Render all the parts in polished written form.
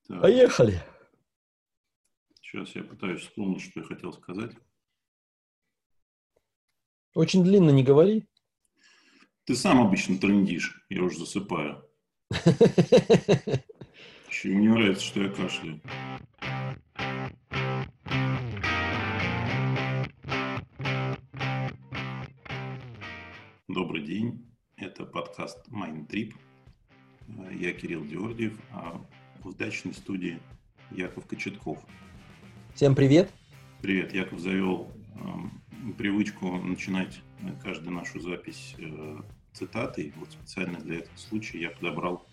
Так, Поехали. сейчас я пытаюсь вспомнить, что я хотел сказать. Очень длинно не говори. Ты сам обычно трындишь, я уже засыпаю. Еще мне нравится, что я кашляю. Добрый день, это подкаст Mind Trip. Я Кирилл Георгиев, а в дачной студии Яков Кочетков. Всем привет. Привет, Яков завел привычку начинать каждую нашу запись цитатой. Вот специально для этого случая я подобрал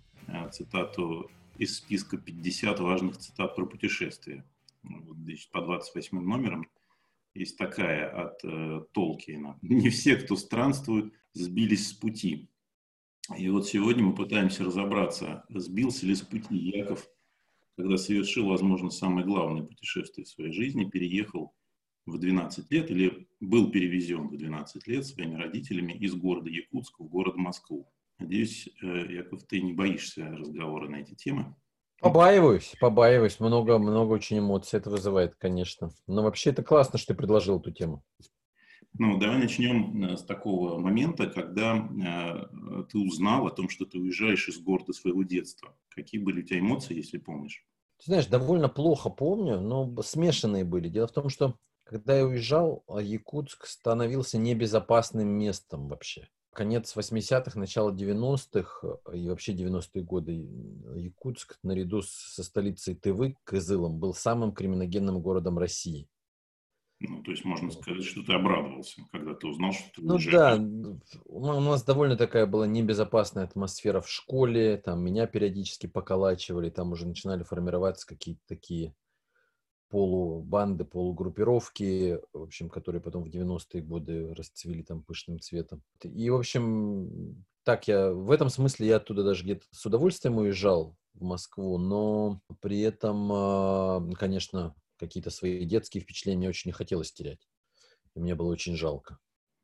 цитату из списка 50 важных цитат про путешествия. Вот здесь по 28 номерам есть такая от Толкиена. «Не все, кто странствует, сбились с пути». И вот сегодня мы пытаемся разобраться, сбился ли с пути Яков, когда совершил, возможно, самое главное путешествие в своей жизни, переехал в 12 лет или был перевезен в 12 лет своими родителями из города Якутска в город Москву. Надеюсь, Яков, ты не боишься разговора на эти темы? Побаиваюсь. Много очень эмоций это вызывает, конечно. Но вообще это классно, что ты предложил эту тему. Ну, давай начнем с такого момента, когда ты узнал о том, что ты уезжаешь из города своего детства. Какие были у тебя эмоции, если помнишь? Ты знаешь, довольно плохо помню, но смешанные были. Дело в том, что когда я уезжал, Якутск становился небезопасным местом вообще. Конец 80-х, начало 90-х и вообще 90-е годы Якутск наряду со столицей Тывы, Кызылом, был самым криминогенным городом России. Ну, то есть можно сказать, что ты обрадовался, когда ты узнал, что ты Ну уезжаешь. да, у нас довольно такая была небезопасная атмосфера в школе, там меня периодически поколачивали, там уже начинали формироваться какие-то такие полубанды, полугруппировки, в общем, которые потом в 90-е годы расцвели там пышным цветом. И, в общем, так в этом смысле я оттуда даже где-то с удовольствием уезжал в Москву, но при этом, конечно, какие-то свои детские впечатления мне очень не хотелось терять. И мне было очень жалко.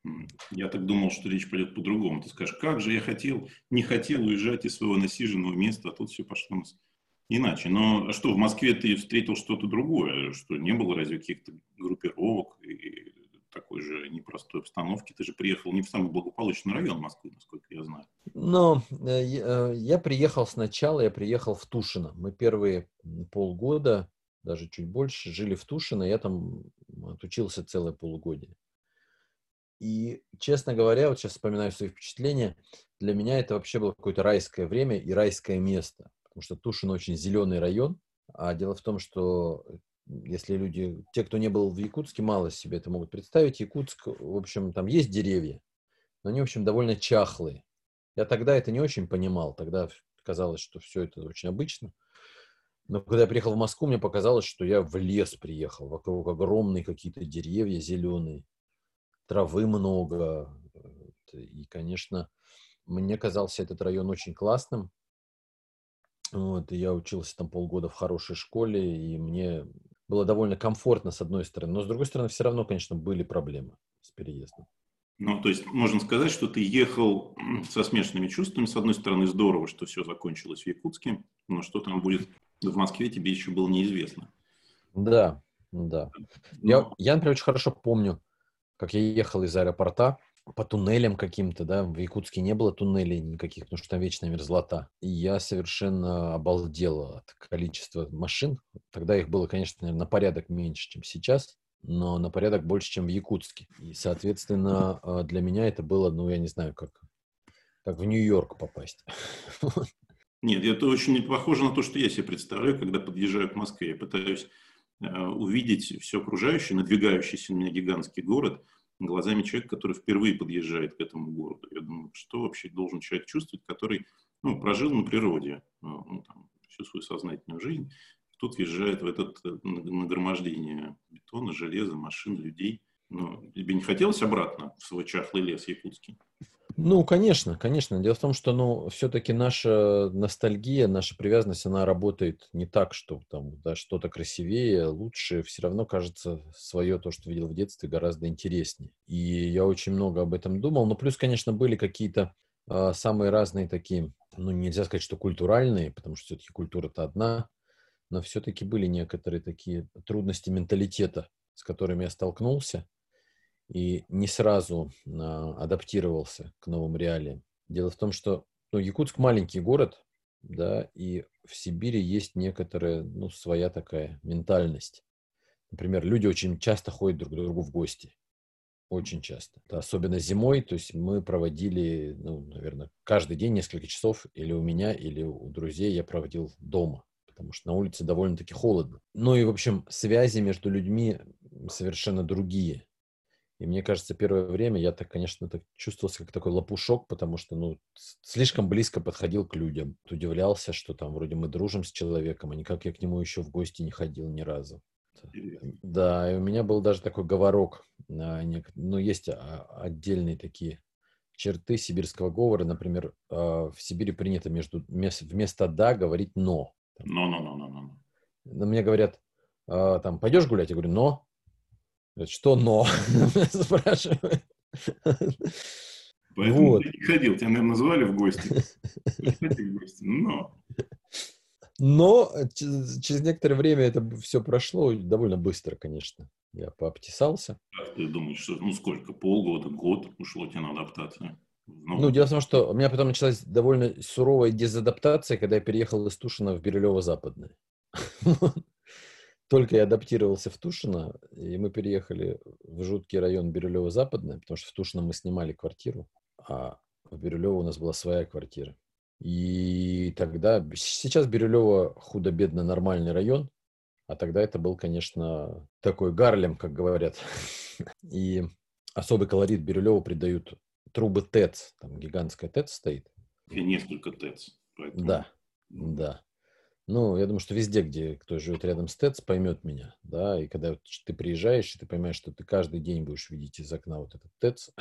Я так думал, что речь пойдет по-другому. Ты скажешь, как же я не хотел уезжать из своего насиженного места, а тут все пошло иначе. Но что, в Москве ты встретил что-то другое? Что, не было разве каких-то группировок и такой же непростой обстановки? Ты же приехал не в самый благополучный район Москвы, насколько я знаю. Но я приехал сначала, я приехал в Тушино. Мы первые полгода, даже чуть больше, жили в Тушино. Я там отучился целое полугодие. И, честно говоря, вот сейчас вспоминаю свои впечатления, для меня это вообще было какое-то райское время и райское место. Потому что Тушино очень зеленый район. А дело в том, что если те, кто не был в Якутске, мало себе это могут представить. Якутск, в общем, там есть деревья, но они, в общем, довольно чахлые. Я тогда это не очень понимал. Тогда казалось, что все это очень обычно. Но когда я приехал в Москву, мне показалось, что я в лес приехал. Вокруг огромные какие-то деревья зеленые, травы много. И, конечно, мне казался этот район очень классным. Вот, и я учился там полгода в хорошей школе, и мне было довольно комфортно, с одной стороны. Но, с другой стороны, все равно, конечно, были проблемы с переездом. Ну, то есть можно сказать, что ты ехал со смешанными чувствами. С одной стороны, здорово, что все закончилось в Якутске, но что там будет в Москве, тебе еще было неизвестно. Да, да. Но Я, например, очень хорошо помню, как я ехал из аэропорта по туннелям каким-то, да, в Якутске не было туннелей никаких, потому что там вечная мерзлота. И я совершенно обалдел от количества машин. Тогда их было, конечно, наверное, на порядок меньше, чем сейчас, но на порядок больше, чем в Якутске. И, соответственно, для меня это было, ну, я не знаю, как в Нью-Йорк попасть. нет, это очень не похоже на то, что я себе представляю, когда подъезжаю к Москве. Я пытаюсь увидеть все окружающее, надвигающийся на меня гигантский город глазами человека, который впервые подъезжает к этому городу. Я думаю, что вообще должен человек чувствовать, который прожил на природе там, всю свою сознательную жизнь, тут въезжает в это нагромождение бетона, железа, машин, людей. Но тебе не хотелось обратно в свой чахлый лес якутский? Ну, конечно, конечно. Дело в том, что, все-таки наша ностальгия, наша привязанность, она работает не так, что там, да, что-то красивее, лучше. Все равно кажется свое, то, что видел в детстве, гораздо интереснее. И я очень много об этом думал. Но плюс, конечно, были какие-то самые разные такие, нельзя сказать, что культуральные, потому что все-таки культура-то одна. но все-таки были некоторые такие трудности менталитета, с которыми я столкнулся и не сразу адаптировался к новым реалиям. Дело в том, что Якутск маленький город, да, и в Сибири есть некоторая, своя такая ментальность. Например, люди очень часто ходят друг к другу в гости. Очень часто. Особенно зимой, то есть мы проводили, наверное, каждый день несколько часов или у меня, или у друзей я проводил дома, потому что на улице довольно-таки холодно. И, в общем, связи между людьми совершенно другие. И мне кажется, первое время я конечно, так чувствовался как такой лопушок, потому что, слишком близко подходил к людям. Удивлялся, что там вроде мы дружим с человеком, а никак я к нему еще в гости не ходил ни разу. Да, и у меня был даже такой говорок. Есть отдельные такие черты сибирского говора. Например, в Сибири принято вместо «да» говорить «но». Но. Мне говорят, пойдешь гулять? Я говорю «но». Говорят, что «но»? Спрашивают. Поэтому ты не ходил. Тебя, наверное, звали в гости. Приходи в гости. Но через некоторое время это все прошло довольно быстро, конечно. Я пообтесался. Как ты думаешь, что, сколько? Полгода, год ушло тебе на адаптацию? Дело в том, что у меня потом началась довольно суровая дезадаптация, когда я переехал из Тушино в Бирюлево-Западное. Только я адаптировался в Тушино, и мы переехали в жуткий район Бирюлево-Западное, потому что в Тушино мы снимали квартиру, а в Бирюлево у нас была своя квартира. И тогда, сейчас Бирюлево худо-бедно нормальный район, а тогда это был, конечно, такой Гарлем, как говорят. И особый колорит Бирюлеву придают трубы ТЭЦ. Там гигантская ТЭЦ стоит. И несколько ТЭЦ. Поэтому... Да. Я думаю, что везде, кто живет рядом с ТЭЦ, поймет меня. Да, и когда ты приезжаешь, и ты понимаешь, что ты каждый день будешь видеть из окна вот этот ТЭЦ.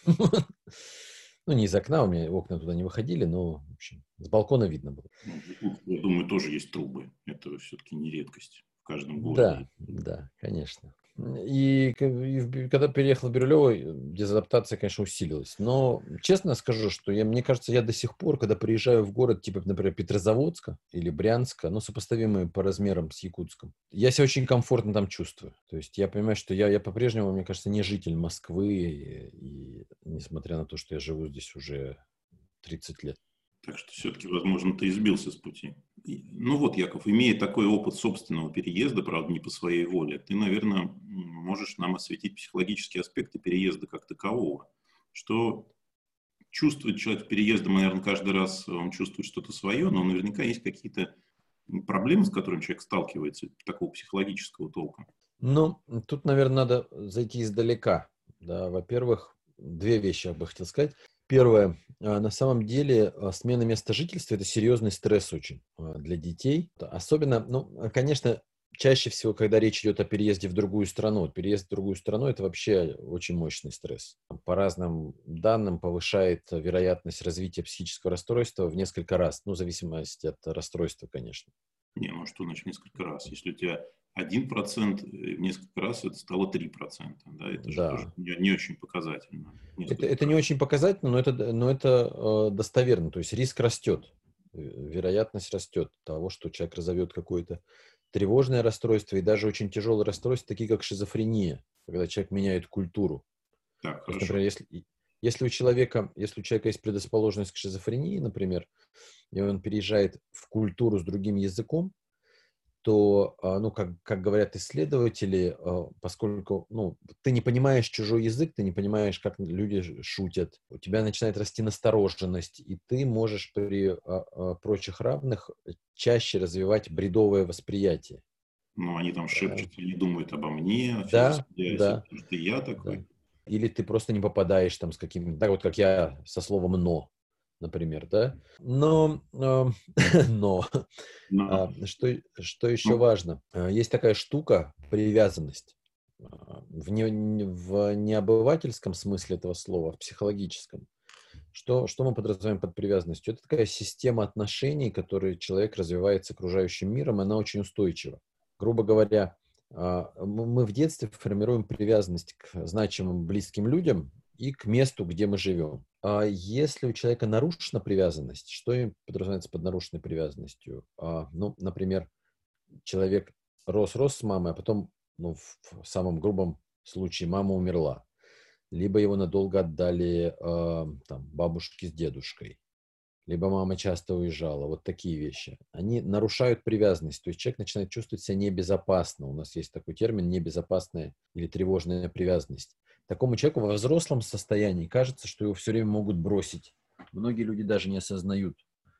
Не из окна, у меня окна туда не выходили, но, в общем, с балкона видно было. Я думаю, тоже есть трубы. Это все-таки не редкость в каждом городе. Да, конечно. И когда переехал в Бирюлево, дезадаптация, конечно, усилилась. Но честно скажу, что мне кажется, я до сих пор, когда приезжаю в город, типа, например, Петрозаводска или Брянска, сопоставимые по размерам с Якутском, я себя очень комфортно там чувствую. То есть я понимаю, что я по-прежнему, мне кажется, не житель Москвы, и несмотря на то, что я живу здесь уже 30 лет. Так что все-таки, возможно, ты избился с пути. Яков, имея такой опыт собственного переезда, правда, не по своей воле, ты, наверное, можешь нам осветить психологические аспекты переезда как такового. Что чувствует человек переездом, наверное, каждый раз он чувствует что-то свое, но наверняка есть какие-то проблемы, с которыми человек сталкивается, такого психологического толка. Тут, наверное, надо зайти издалека. Да, во-первых, две вещи я бы хотел сказать. Первое. На самом деле смена места жительства – это серьезный стресс очень для детей. Особенно, конечно, чаще всего, когда речь идет о переезде в другую страну. Переезд в другую страну – это вообще очень мощный стресс. По разным данным повышает вероятность развития психического расстройства в несколько раз. В зависимости от расстройства, конечно. Что значит несколько раз? Если у тебя 1%, в несколько раз это стало 3%. Да? Это же тоже не очень показательно. Это не очень показательно, но это достоверно. То есть риск растет, вероятность растет того, что человек разовьет какое-то тревожное расстройство и даже очень тяжелые расстройства, такие как шизофрения, когда человек меняет культуру. Так, есть, например, если у человека есть предрасположенность к шизофрении, например, и он переезжает в культуру с другим языком, то, как говорят исследователи, поскольку ты не понимаешь чужой язык, ты не понимаешь, как люди шутят, у тебя начинает расти настороженность, и ты можешь при прочих равных чаще развивать бредовое восприятие. Они там шепчутся или думают обо мне, да. потому что я такой. Да. Или ты просто не попадаешь там с каким-то, так вот как я со словом «но», например, да. Но что еще важно? Есть такая штука — привязанность. В необывательском смысле этого слова, в психологическом. Что мы подразумеваем под привязанностью? Это такая система отношений, которой человек развивает с окружающим миром, она очень устойчива. Грубо говоря, мы в детстве формируем привязанность к значимым близким людям и к месту, где мы живем. А если у человека нарушена привязанность, что им подразумевается под нарушенной привязанностью? Например, человек рос с мамой, а потом, ну, в самом грубом случае, мама умерла. Либо его надолго отдали там, бабушке с дедушкой. Либо мама часто уезжала. Вот такие вещи. Они нарушают привязанность. То есть человек начинает чувствовать себя небезопасно. У нас есть такой термин небезопасная или тревожная привязанность. Такому человеку во взрослом состоянии кажется, что его все время могут бросить. Многие люди даже не осознают,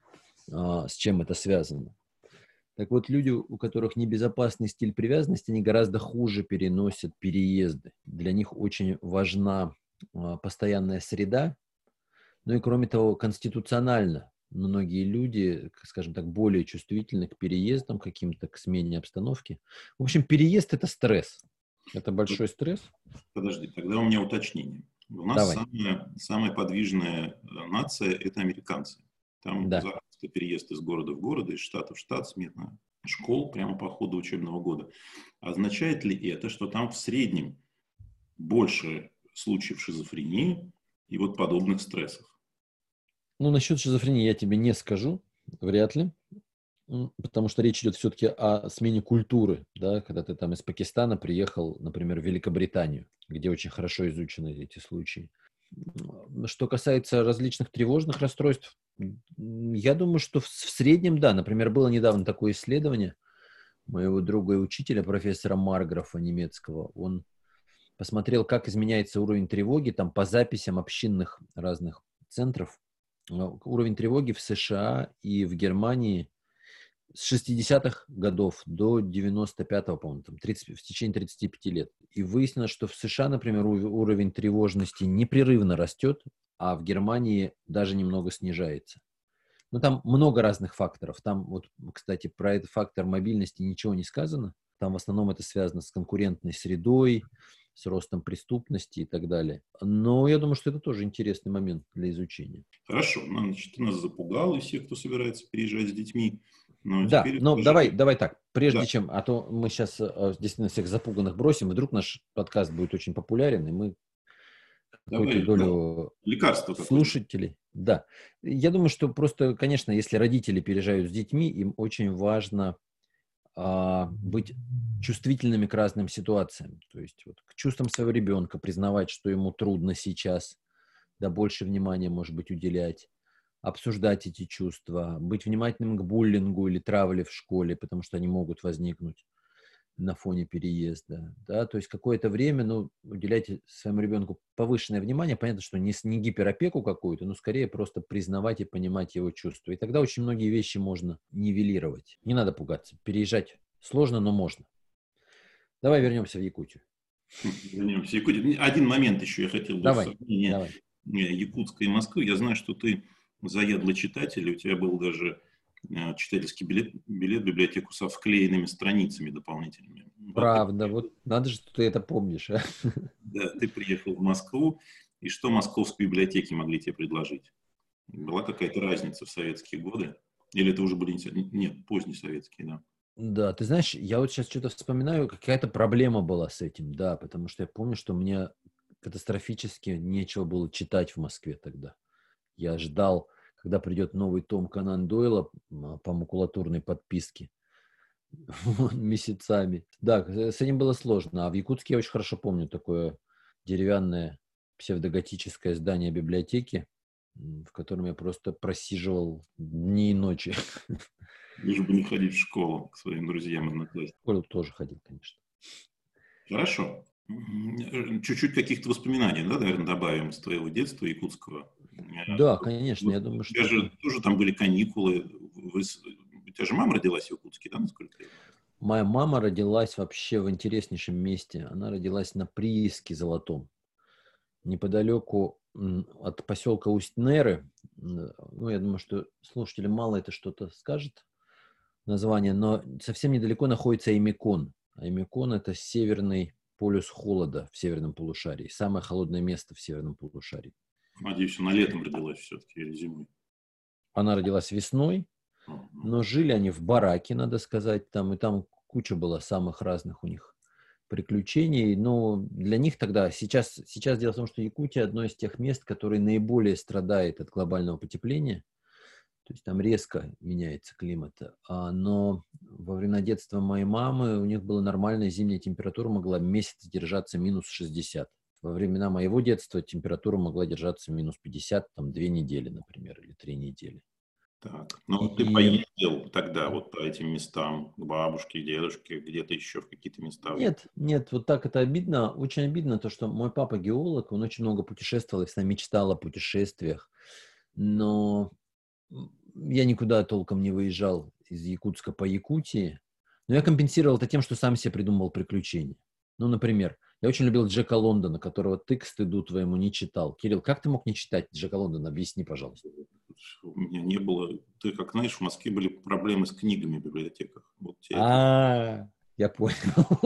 с чем это связано. Так вот, люди, у которых небезопасный стиль привязанности, они гораздо хуже переносят переезды. Для них очень важна постоянная среда. Ну и кроме того, конституционально многие люди, скажем так, более чувствительны к переездам каким-то, к смене обстановки. В общем, переезд – это стресс. Это большой стресс. Подожди, тогда у меня уточнение. У нас Давай. самая подвижная нация – это американцы. Там Да. запросто переезд из города в город, из штата в штат, смена школ прямо по ходу учебного года. Означает ли это, что там в среднем больше случаев шизофрении и вот подобных стрессов? Ну, насчет шизофрении я тебе не скажу, вряд ли. Потому что речь идет все-таки о смене культуры, да, когда ты там из Пакистана приехал, например, в Великобританию, где очень хорошо изучены эти случаи. Что касается различных тревожных расстройств, я думаю, что в среднем, да. Например, было недавно такое исследование моего друга и учителя, профессора Марграфа немецкого. Он посмотрел, как изменяется уровень тревоги там по записям общинных разных центров. Уровень тревоги в США и в Германии с 60-х годов до 95-го, по-моему, там, в течение 35 лет. И выяснилось, что в США, например, уровень тревожности непрерывно растет, а в Германии даже немного снижается. Но там много разных факторов. Там, вот, кстати, про этот фактор мобильности ничего не сказано. Там в основном это связано с конкурентной средой, с ростом преступности и так далее. Но я думаю, что это тоже интересный момент для изучения. Хорошо, значит, ты нас запугал, и все, кто собирается переезжать с детьми. Но Да, теперь но скажи, давай так, прежде да, чем, а то мы сейчас действительно всех запуганных бросим, вдруг наш подкаст будет очень популярен, и мы какую-то давай, да, долю лекарство какое-нибудь. слушателей, да. Я думаю, что просто, конечно, если родители переезжают с детьми, им очень важно быть чувствительными к разным ситуациям, то есть вот, к чувствам своего ребенка, признавать, что ему трудно сейчас, да, больше внимания, может быть, уделять, обсуждать эти чувства, быть внимательным к буллингу или травле в школе, потому что они могут возникнуть на фоне переезда, да, то есть какое-то время, ну, уделять своему ребенку повышенное внимание, понятно, что не гиперопеку какую-то, но скорее просто признавать и понимать его чувства, и тогда очень многие вещи можно нивелировать, не надо пугаться, переезжать сложно, но можно. Давай вернемся в Якутию. Вернемся. Якутия. Один момент еще я хотел бы в Давай, сравнении давай. Якутска и Москвы. Я знаю, что ты заядлый читатель, у тебя был даже читательский билет в библиотеку со вклеенными страницами дополнительными. Вот ты, Правда, вот надо же, что ты это помнишь, а? да, ты приехал в Москву, и что московские библиотеки могли тебе предложить? Была какая-то разница в советские годы? Или это уже были... Нет, поздние советские, да. Да, ты знаешь, я вот сейчас что-то вспоминаю, какая-то проблема была с этим, да, потому что я помню, что мне катастрофически нечего было читать в Москве тогда. Я ждал, когда придет новый том Конан Дойла по макулатурной подписке месяцами. Да, с этим было сложно. А в Якутске я очень хорошо помню такое деревянное псевдоготическое здание библиотеки, в котором я просто просиживал дни и ночи. Лишь бы не ходить в школу к своим друзьям, одноклассникам. В школу тоже ходил, конечно. Хорошо. Чуть-чуть каких-то воспоминаний, да, наверное, добавим с твоего детства якутского. Да, конечно, Вот я у думаю, тебя что же это... тоже там были каникулы. У тебя же мама родилась в Якутске, да, насколько я знаю? Моя мама родилась вообще в интереснейшем месте. Она родилась на прииске Золотом, неподалеку от поселка Усть-Неры. Ну, я думаю, что слушателям мало это что-то скажет, название, но совсем недалеко находится Аймекон. Аймекон – это северный полюс холода в северном полушарии, самое холодное место в северном полушарии. Надеюсь, она летом родилась все-таки или зимой. Она родилась весной, но жили они в бараке, надо сказать, там, и там куча была самых разных у них приключений, но для них тогда, сейчас дело в том, что Якутия одно из тех мест, которые наиболее страдает от глобального потепления, то есть там резко меняется климат, но во времена детства моей мамы у них была нормальная зимняя температура, могла месяц держаться минус 60. Во времена моего детства температура могла держаться минус 50, там, 2 недели, например, или 3 недели. Так. Ну, вот ты И поездил тогда вот по этим местам, к бабушке, к дедушке, где-то еще в какие-то места? нет, нет, вот так это обидно. Очень обидно то, что мой папа геолог, он очень много путешествовал и всегда мечтал о путешествиях. Но я никуда толком не выезжал из Якутска по Якутии. Но я компенсировал это тем, что сам себе придумывал приключения. Ну, например, я очень любил Джека Лондона, которого ты, к стыду твоему, не читал. Кирилл, как ты мог не читать Джека Лондона? Объясни, пожалуйста. У меня не было... Ты как знаешь, в Москве были проблемы с книгами в библиотеках. Вот тебе это... Я понял.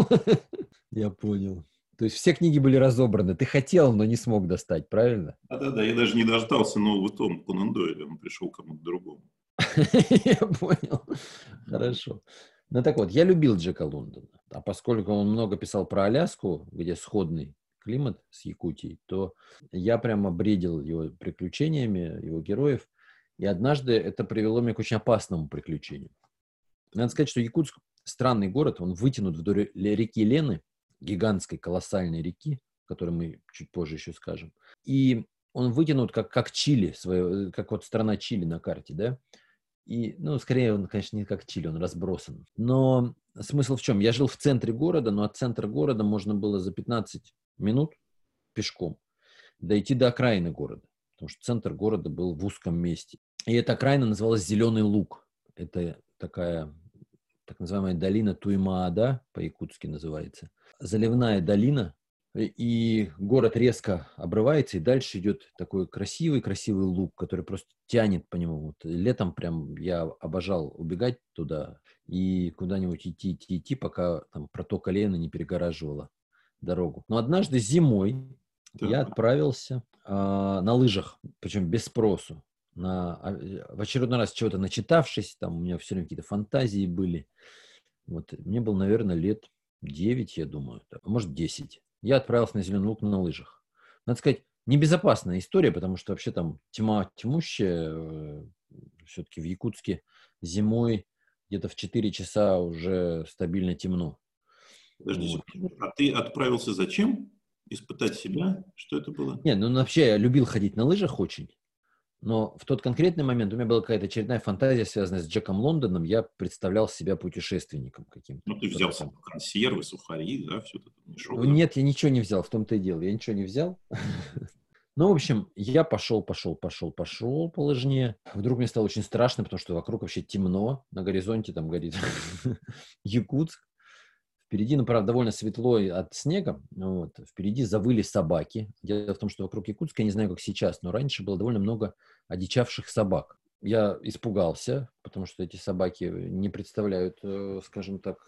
Я понял. То есть все книги были разобраны. Ты хотел, но не смог достать, правильно? Да-да-да, я даже не дождался нового тома Конан Дойля, он пришел кому-то другому. Я понял. Хорошо. Ну так вот, я любил Джека Лондона. А поскольку он много писал про Аляску, где сходный климат с Якутией, то я прямо бредил его приключениями, его героев. И однажды это привело меня к очень опасному приключению. Надо сказать, что Якутск странный город, он вытянут вдоль реки Лены, гигантской, колоссальной реки, о которой мы чуть позже еще скажем. И он вытянут как Чили, как вот страна Чили на карте, да? И, ну, скорее он, конечно, не как Чили, он разбросан. Но смысл в чем? Я жил в центре города, но от центра города можно было за 15 минут пешком дойти до окраины города, потому что центр города был в узком месте. И эта окраина называлась Зеленый Луг. Это такая так называемая долина Туймаада, по-якутски называется. Заливная долина, и город резко обрывается, и дальше идет такой красивый-красивый луг, который просто тянет по нему. Вот летом прям я обожал убегать туда и куда-нибудь идти, пока там протока Лена не перегораживала дорогу. Но однажды зимой я Так. отправился на лыжах, причем без спросу. В очередной раз чего-то начитавшись, там у меня все время какие-то фантазии были. Вот, мне было, наверное, лет 9, я думаю, а может 10. Я отправился на Зеленый Луг на лыжах. Надо сказать, небезопасная история, потому что вообще там тьма тьмущая. Все-таки в Якутске зимой где-то в 4 часа уже стабильно темно. Подожди Вот. секунду. А ты отправился зачем? Испытать себя? Что это было? Не, ну вообще я любил ходить на лыжах очень. Но в тот конкретный момент у меня была какая-то очередная фантазия, связанная с Джеком Лондоном. Я представлял себя путешественником каким-то. Ну, ты взял Который с там... собой консервы, сухари, да, все это не шел. Нет, я ничего не взял, в том-то и дело. Я ничего не взял. Ну, в общем, я пошел по лыжне. Вдруг мне стало очень страшно, потому что вокруг вообще темно. На горизонте там горит Якутск. Впереди, ну, правда, довольно светло от снега. Вот. Впереди завыли собаки. Дело в том, что вокруг Якутска, я не знаю, как сейчас, но раньше было довольно много одичавших собак. Я испугался, потому что эти собаки не представляют, скажем так,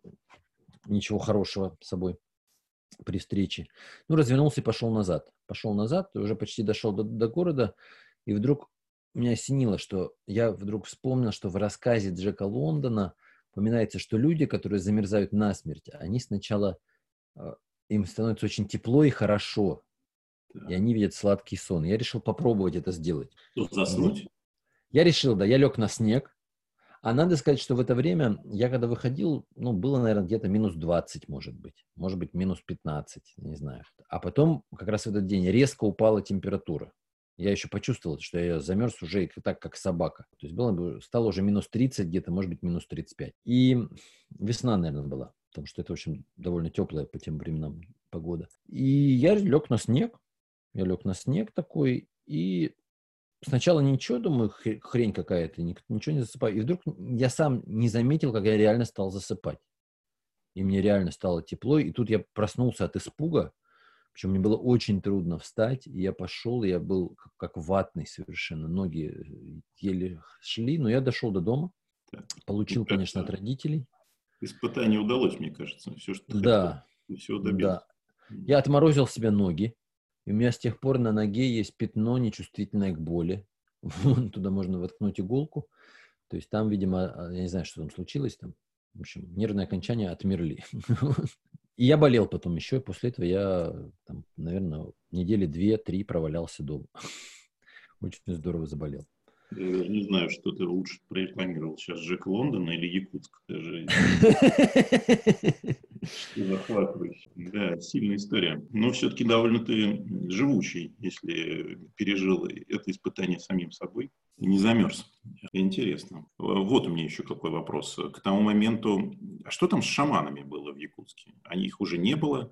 ничего хорошего собой при встрече. Ну, развернулся и пошел назад. Пошел назад, уже почти дошел до города, и вдруг меня осенило, что я вдруг вспомнил, что в рассказе Джека Лондона упоминается, что люди, которые замерзают насмерть, они сначала, им становится очень тепло и хорошо, и Так. они видят сладкий сон. Я решил попробовать это сделать. Что, Вот. заснуть? Я решил, да, я лег на снег, а надо сказать, что в это время, я когда выходил, ну, было, наверное, где-то минус 20, может быть, минус 15, не знаю. А потом, как раз в этот день, резко упала температура. Я еще почувствовал, что я замерз уже так, как собака. То есть стало уже минус 30 где-то, может быть, минус 35. И весна, наверное, была, потому что это, в общем, довольно теплая по тем временам погода. И я лег на снег. Я лег на снег такой, и сначала ничего, думаю, хрень какая-то, ничего не засыпаю. И вдруг я сам не заметил, как я реально стал засыпать. И мне реально стало тепло. И тут я проснулся от испуга. Причем мне было очень трудно встать. И я пошел, и я был как ватный совершенно. Ноги еле шли. Но я дошел до дома. Так. Получил, конечно, от родителей. Испытание удалось, мне кажется. Все, что ты хотел, Да, и всего добился. да. Я отморозил себе ноги. И у меня с тех пор на ноге есть пятно, нечувствительное к боли. Туда можно воткнуть иголку. То есть там, видимо, я не знаю, что там случилось там. В общем, нервные окончания отмерли. И я болел потом еще. После этого я, там, наверное, недели 2-3 провалялся дома. Очень здорово заболел. Я даже не знаю, что ты лучше прорекламировал сейчас, Джек Лондон или Якутск. Даже Что захватывающе. Да, сильная история. Но все-таки довольно ты живучий, если пережил это испытание самим собой и не замерз. Интересно. Вот у меня еще какой вопрос. К тому моменту, а что там с шаманами было в Якутске? Их уже не было?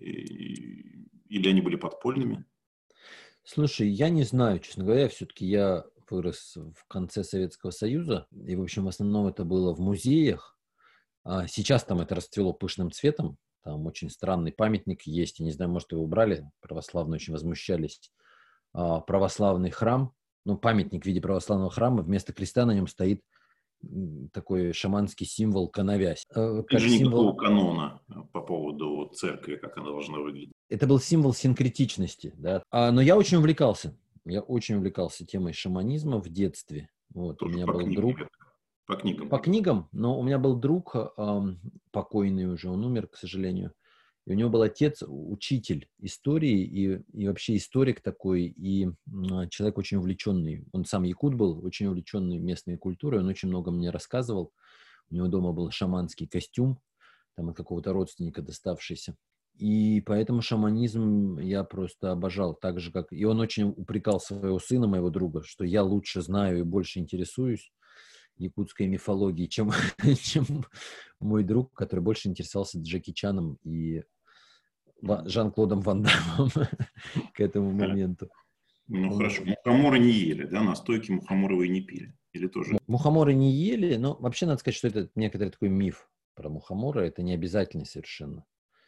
Или они были подпольными? Слушай, я не знаю, честно говоря, все-таки я вырос в конце Советского Союза, и, в общем, в основном это было в музеях. Сейчас там это расцвело пышным цветом, там очень странный памятник есть, я не знаю, может, его убрали, православные очень возмущались. Православный храм, ну, памятник в виде православного храма, вместо креста на нем стоит такой шаманский символ коновязь. Нет Как же никакого символ, канона по поводу церкви, как она должна выглядеть. это был символ синкретичности, да. Но я очень увлекался. Я очень увлекался темой шаманизма в детстве. Вот, у Тоже меня по был книгам. друг, По книгам. по книгам, но у меня был друг, покойный уже, он умер, к сожалению. И у него был отец, учитель истории и вообще историк такой, и человек очень увлеченный. Он сам якут был, очень увлеченный местной культурой, он очень много мне рассказывал. У него дома был шаманский костюм, там от какого-то родственника доставшийся. И поэтому шаманизм я просто обожал, так же как... И он очень упрекал своего сына, моего друга, что я лучше знаю и больше интересуюсь якутской мифологией, чем, чем мой друг, который больше интересовался Джеки Чаном и Жан-Клодом Ван Даммом к этому моменту. Ну хорошо, Вот. мухоморы не ели, да, настойки мухоморовые не пили. Или тоже? Мухоморы не ели, но вообще надо сказать, что это некоторый такой миф про мухоморы. Это не обязательный совершенно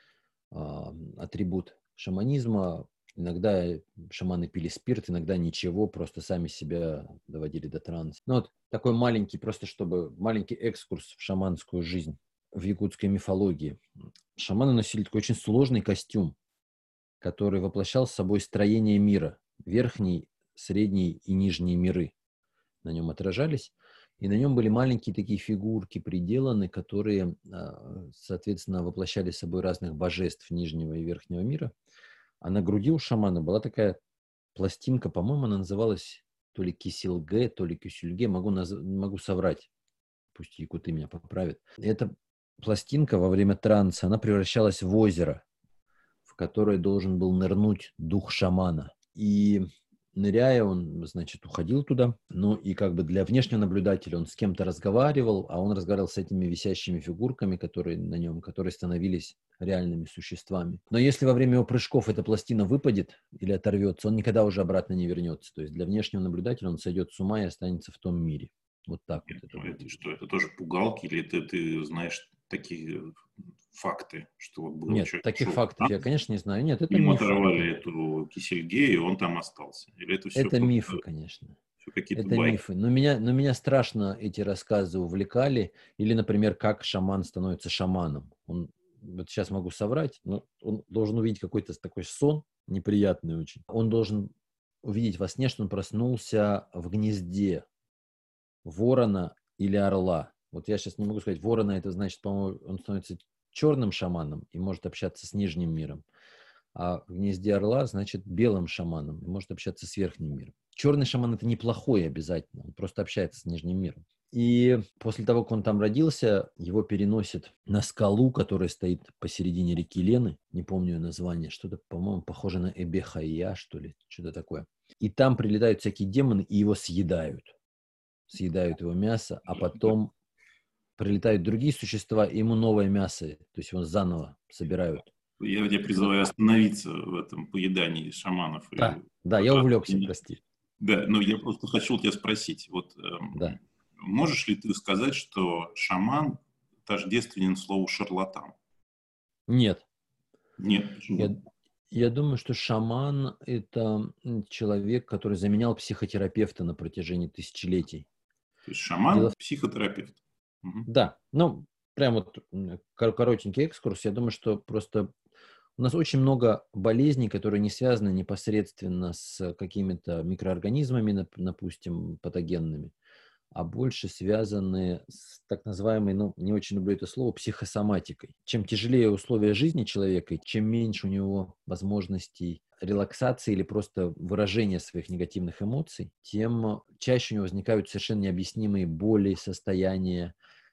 атрибут шаманизма. Иногда шаманы пили спирт, иногда ничего, просто сами себя доводили до транса. Ну вот такой маленький, просто чтобы маленький экскурс в шаманскую жизнь, в якутской мифологии. Шаманы носили такой очень сложный костюм, который воплощал собой строение мира. Верхний, средний и нижние миры на нем отражались. И на нем были маленькие такие фигурки приделаны, которые, соответственно, воплощали собой разных божеств нижнего и верхнего мира. А на груди у шамана была такая пластинка, по-моему, она называлась то ли кисилге, то ли кюсюльге, могу соврать, пусть якуты меня поправят. Эта пластинка во время транса, она превращалась в озеро, в которое должен был нырнуть дух шамана. И ныряя, он, значит, уходил туда. Ну, и как бы для внешнего наблюдателя он с кем-то разговаривал, а он разговаривал с этими висящими фигурками, которые на нем, которые становились реальными существами. Но если во время его прыжков эта пластина выпадет или оторвется, он никогда уже обратно не вернется. То есть для внешнего наблюдателя он сойдет с ума и останется в том мире. Вот так вот это Это выглядит. что, это тоже пугалки, или ты знаешь такие факты, что вот был Нет, человек, таких шел в фактов я, транс, конечно, не знаю. Нет, это ему мифы. оторвали эту кисельге, и он там остался? Или это все Это просто мифы, конечно. все какие-то Это байки? мифы. Но меня страшно эти рассказы увлекали. Или, например, как шаман становится шаманом. Вот сейчас могу соврать, но он должен увидеть какой-то такой сон, неприятный очень. Он должен увидеть во сне, что он проснулся в гнезде ворона или орла. Вот я сейчас не могу сказать, ворона это значит, по-моему, он становится черным шаманом и может общаться с нижним миром. А в гнезде орла, значит, белым шаманом и может общаться с верхним миром. Черный шаман это неплохой обязательно, он просто общается с нижним миром. И после того, как он там родился, его переносят на скалу, которая стоит посередине реки Лены. Не помню ее название, что-то, по-моему, похоже на Эбехайя, что ли, что-то такое. И там прилетают всякие демоны и его съедают. Съедают его мясо, а потом прилетают другие существа, и ему новое мясо, то есть его заново собирают. Я тебя призываю остановиться в этом поедании шаманов. Да, да, я увлекся, прости. Да, но я просто хочу тебя спросить. Вот Да. можешь ли ты сказать, что шаман тождественен слову шарлатан? Нет. Нет, Я, почему? я думаю, что шаман – это человек, который заменял психотерапевта на протяжении тысячелетий. То есть Дело шаман – в... психотерапевт. Мгм. Да, ну, прям вот коротенький экскурс. Я думаю, что просто у нас очень много болезней, которые не связаны непосредственно с какими-то микроорганизмами, допустим, патогенными, а больше связаны с так называемой, ну, не очень люблю это слово, психосоматикой. Чем тяжелее условия жизни человека, чем меньше у него возможностей релаксации или просто выражения своих негативных эмоций, тем чаще у него возникают совершенно необъяснимые боли, состояния,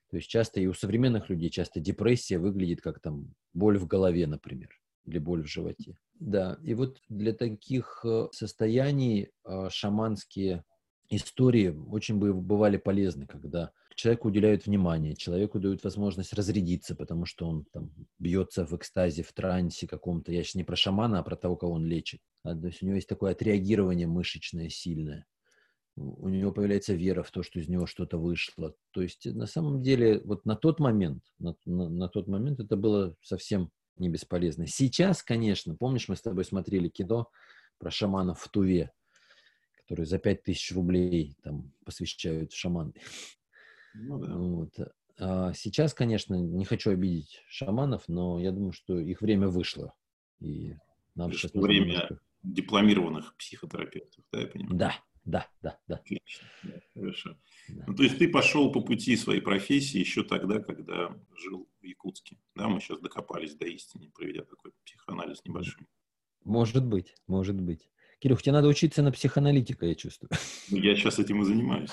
То есть часто и у современных людей часто депрессия выглядит как там боль в голове, например, или боль в животе. Да, и вот для таких состояний шаманские истории очень бывали полезны, когда человеку уделяют внимание, человеку дают возможность разрядиться, потому что он там бьется в экстазе, в трансе каком-то. Я сейчас не про шамана, а про того, кого он лечит. То есть у него есть такое отреагирование мышечное сильное. У него появляется вера в то, что из него что-то вышло. То есть на самом деле вот на тот момент это было совсем не бесполезно. Сейчас, конечно, помнишь, мы с тобой смотрели кино про шаманов в Туве, которые за 5000 рублей там посвящают в шаманы. Ну да. Вот. А сейчас, конечно, не хочу обидеть шаманов, но я думаю, что их время вышло. И нам сейчас нужно Время немножко... дипломированных психотерапевтов, да, я понимаю? Да. Отлично, да, хорошо. Да. Ну, то есть ты пошел по пути своей профессии еще тогда, когда жил в Якутске. Да, мы сейчас докопались до истины, проведя такой психоанализ небольшой. Может быть. Кирюх, тебе надо учиться на психоаналитика, я чувствую. Ну, я сейчас этим и занимаюсь.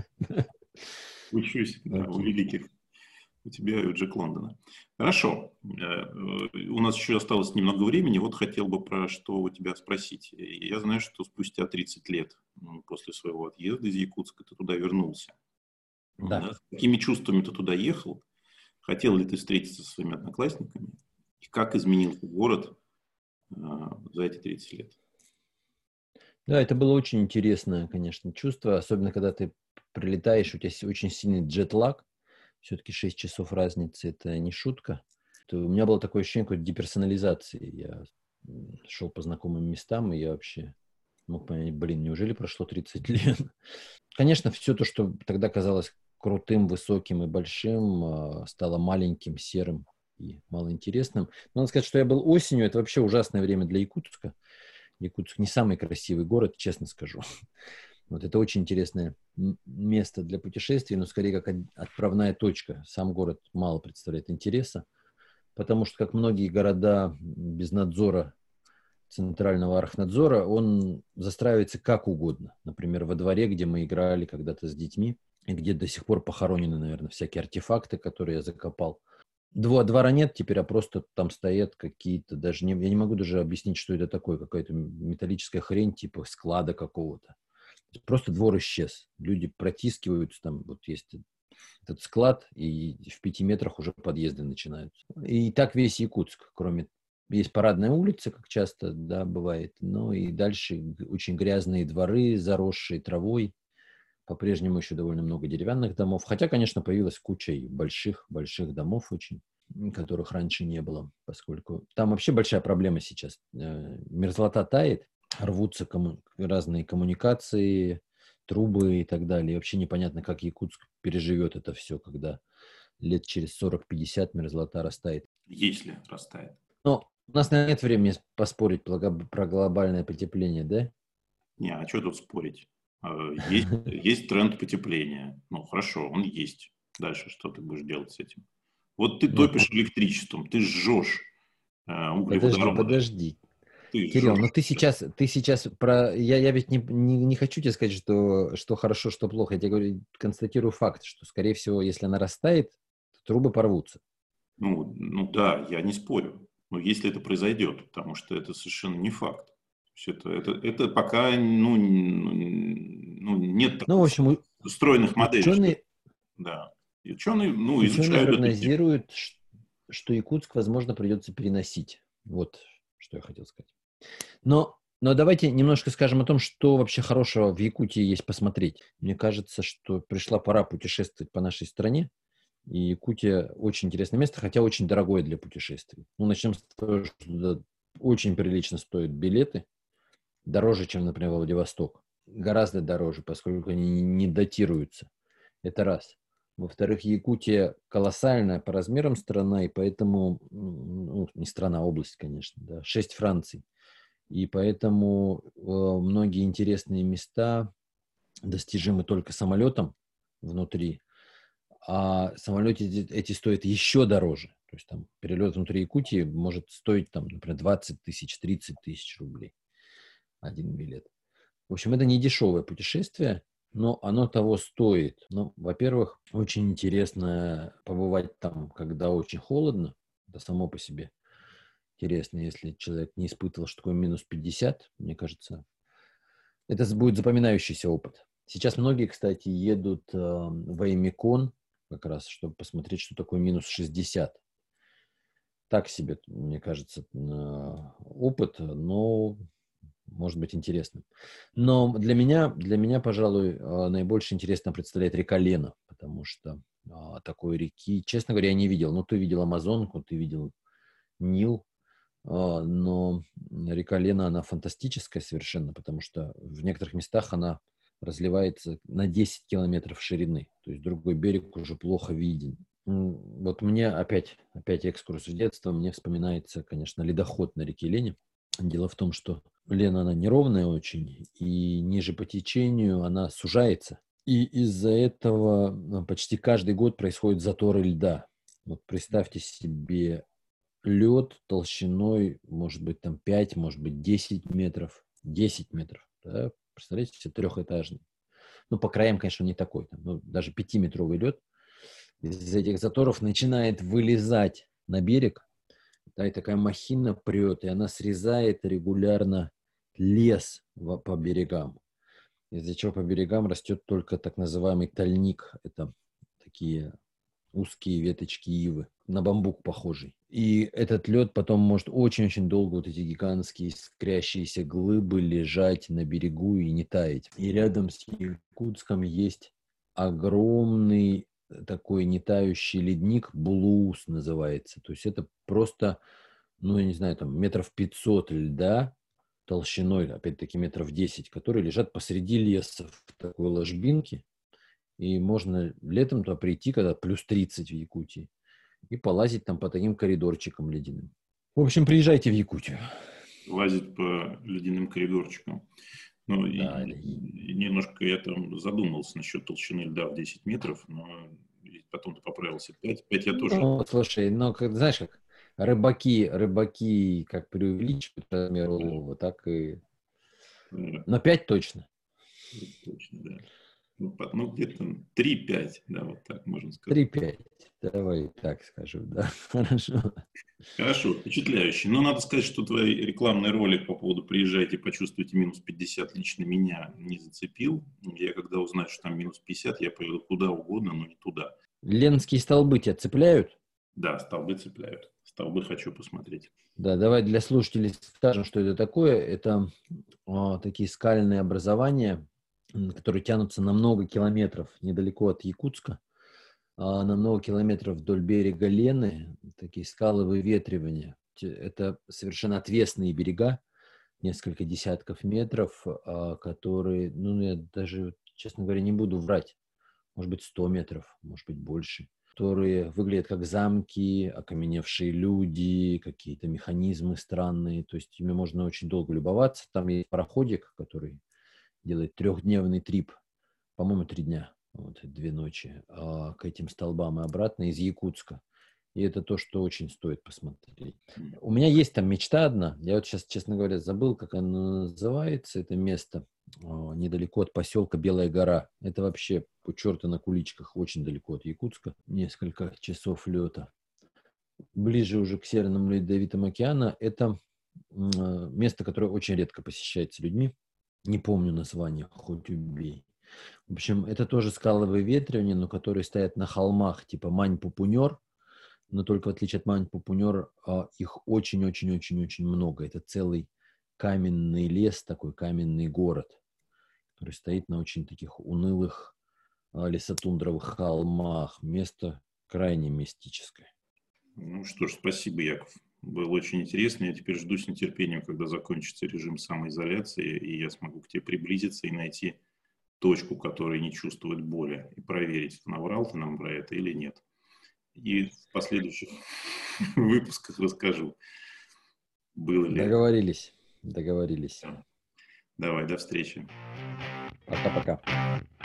Учусь, да, у великих. У тебя и у Джек Лондона. Хорошо. У нас еще осталось немного времени. Вот хотел бы про что у тебя спросить. Я знаю, что спустя 30 лет после своего отъезда из Якутска ты туда вернулся. Да. С какими чувствами ты туда ехал? Хотел ли ты встретиться со своими одноклассниками? И как изменился город за эти 30 лет? Да, это было очень интересное, конечно, чувство, особенно когда ты прилетаешь, у тебя очень сильный джетлаг, все-таки 6 часов разницы, это не шутка. У меня было такое ощущение какой-то деперсонализации. Я шел по знакомым местам, и я вообще мог понять, неужели прошло 30 лет? Конечно, все то, что тогда казалось крутым, высоким и большим, стало маленьким, серым и малоинтересным. Но надо сказать, что я был осенью, это вообще ужасное время для Якутска. Якутск не самый красивый город, честно скажу. Вот это очень интересное место для путешествий, но скорее как отправная точка. Сам город мало представляет интереса, потому что, как многие города без надзора, центрального архнадзора, он застраивается как угодно. Например, во дворе, где мы играли когда-то с детьми, и где до сих пор похоронены, наверное, всякие артефакты, которые я закопал. Двора нет теперь, а просто там стоят какие-то, даже не, я не могу даже объяснить, что это такое, какая-то металлическая хрень типа склада какого-то. Просто двор исчез. Люди протискиваются, там вот есть этот склад, и в 5 метрах уже подъезды начинаются. И так весь Якутск, кроме... Есть парадная улица, как часто, да, бывает, но и дальше очень грязные дворы, заросшие травой. По-прежнему еще довольно много деревянных домов. Хотя, конечно, появилась куча и больших домов очень, которых раньше не было, поскольку там вообще большая проблема сейчас. Мерзлота тает, рвутся разные коммуникации, трубы и так далее. И вообще непонятно, как Якутск переживет это все, когда лет через 40-50 мерзлота растает. Если растает. Но у нас нет времени поспорить про глобальное потепление, да? Не, а что тут спорить? Есть тренд потепления. Ну, хорошо, он есть. Дальше что ты будешь делать с этим? Вот ты Нет, топишь электричеством, ты жжешь углеводороды. подожди. Ты Кирилл, жжешь. ну ты сейчас про... Я ведь не хочу тебе сказать, что хорошо, что плохо. Я тебе говорю, констатирую факт, что, скорее всего, если она растает, то трубы порвутся. Ну да, я не спорю. Но если это произойдет, потому что это совершенно не факт. Это пока нет Ну, в таких общем, устроенных моделей. ученые Да. И ученые Ученые изучают эту тему. прогнозируют, что Якутск, возможно, придется переносить. Вот что я хотел сказать. Но давайте немножко скажем о том, что вообще хорошего в Якутии есть посмотреть. Мне кажется, что пришла пора путешествовать по нашей стране. И Якутия очень интересное место, хотя очень дорогое для путешествий. Ну, начнем с того, что туда очень прилично стоят билеты. Дороже, чем, например, Владивосток. Гораздо дороже, поскольку они не датируются. Это раз. Во-вторых, Якутия колоссальная по размерам страна, и поэтому, ну, не страна, а область, конечно, да, 6 Франций. И поэтому многие интересные места достижимы только самолетом внутри, а самолеты эти стоят еще дороже. То есть там перелет внутри Якутии может стоить, там, например, 20 тысяч, 30 тысяч рублей один билет. В общем, это не дешевое путешествие. Но оно того стоит. Ну, во-первых, очень интересно побывать там, когда очень холодно. Это само по себе интересно, если человек не испытывал, что такое минус 50, мне кажется, это будет запоминающийся опыт. Сейчас многие, кстати, едут в Аймикон как раз, чтобы посмотреть, что такое минус 60. Так себе, мне кажется, опыт, но может быть интересным. Но для меня, пожалуй, наибольше интересно представляет река Лена, потому что такой реки, честно говоря, я не видел. Ну, ты видел Амазонку, ты видел Нил, но река Лена, она фантастическая совершенно, потому что в некоторых местах она разливается на 10 километров ширины, то есть другой берег уже плохо виден. Вот мне опять экскурс в детство, мне вспоминается, конечно, ледоход на реке Лене. Дело в том, что Лена, она неровная очень, и ниже по течению она сужается. И из-за этого почти каждый год происходят заторы льда. Вот представьте себе лед толщиной, может быть, там 5, может быть, 10 метров. 10 метров. Да? Представляете, все трехэтажный. Ну, по краям, конечно, не такой. Там, ну, даже 5-метровый лед из этих заторов начинает вылезать на берег. Да, и такая махина прет, и она срезает регулярно лес по берегам. Из-за чего по берегам растет только так называемый тальник. Это такие узкие веточки ивы, на бамбук похожий. И этот лед потом может очень-очень долго, вот эти гигантские искрящиеся глыбы, лежать на берегу и не таять. И рядом с Якутском есть огромный такой нетающий ледник, Булуус называется. То есть это просто, ну, я не знаю, там метров 500 льда, толщиной, опять-таки, метров 10, которые лежат посреди леса в такой ложбинке. И можно летом туда прийти, когда плюс 30 в Якутии, и полазить там по таким коридорчикам ледяным. В общем, приезжайте в Якутию. Лазить по ледяным коридорчикам. Ну, Да, и немножко я там задумался насчет толщины льда в 10 метров, но потом ты поправился. 5 я тоже. ну, слушай, ну, знаешь, как рыбаки как преувеличивают размер улова, так и... Да, Но 5 точно. точно, да. Ну, где-то 3-5, да, вот так можно сказать. 3-5. Давай так скажу, да. Хорошо. Хорошо, впечатляюще. Но надо сказать, что твой рекламный ролик по поводу «Приезжайте, почувствуйте минус 50» лично меня не зацепил. Я когда узнаю, что там минус 50, я поеду куда угодно, но не туда. Ленские столбы тебя цепляют? Да, столбы цепляют. Столбы хочу посмотреть. Да, давай для слушателей скажем, что это такое. Это такие скальные образования, которые тянутся на много километров недалеко от Якутска, на много километров вдоль берега Лены, такие скалы выветривания. Это совершенно отвесные берега, несколько десятков метров, которые, ну, я даже, честно говоря, не буду врать, может быть, 100 метров, может быть, больше, которые выглядят как замки, окаменевшие люди, какие-то механизмы странные. То есть ими можно очень долго любоваться. Там есть пароходик, который делает 3-дневный трип, по-моему, 3 дня, вот, 2 ночи, к этим столбам и обратно из Якутска. И это то, что очень стоит посмотреть. У меня есть там мечта одна. Я вот сейчас, честно говоря, забыл, как оно называется, это место. Недалеко от поселка Белая гора. Это вообще у черта на куличках, очень далеко от Якутска. Несколько часов лета. Ближе уже к Северному Ледовитому океану. Это место, которое очень редко посещается людьми. Не помню название, хоть убей. В общем, это тоже скаловые ветревни, но которые стоят на холмах типа Мань-Пупунер. Но только в отличие от Мань-Пупунер, их очень-очень-очень-очень много. Это целый каменный лес, такой каменный город, который стоит на очень таких унылых лесотундровых холмах. Место крайне мистическое. Ну что ж, спасибо, Яков. Было очень интересно. Я теперь жду с нетерпением, когда закончится режим самоизоляции, и я смогу к тебе приблизиться и найти точку, которая не чувствует боли, и проверить, наврал ты нам про это или нет. И в последующих выпусках расскажу, было ли это. Договорились. Давай, до встречи. Пока-пока.